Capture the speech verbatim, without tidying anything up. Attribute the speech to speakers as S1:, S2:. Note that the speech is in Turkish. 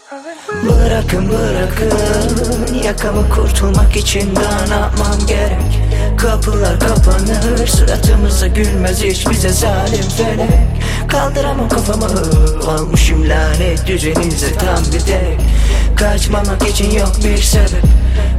S1: Bırakın bırakın yakamı kurtulmak için daha ne yapmam gerek? Kapılar kapanır, suratımıza gülmez hiç bize zalim felek. Kaldıramam kafamı, olmuşum lanet düzenize tam bir tek. Kaçmamak için yok bir sebep,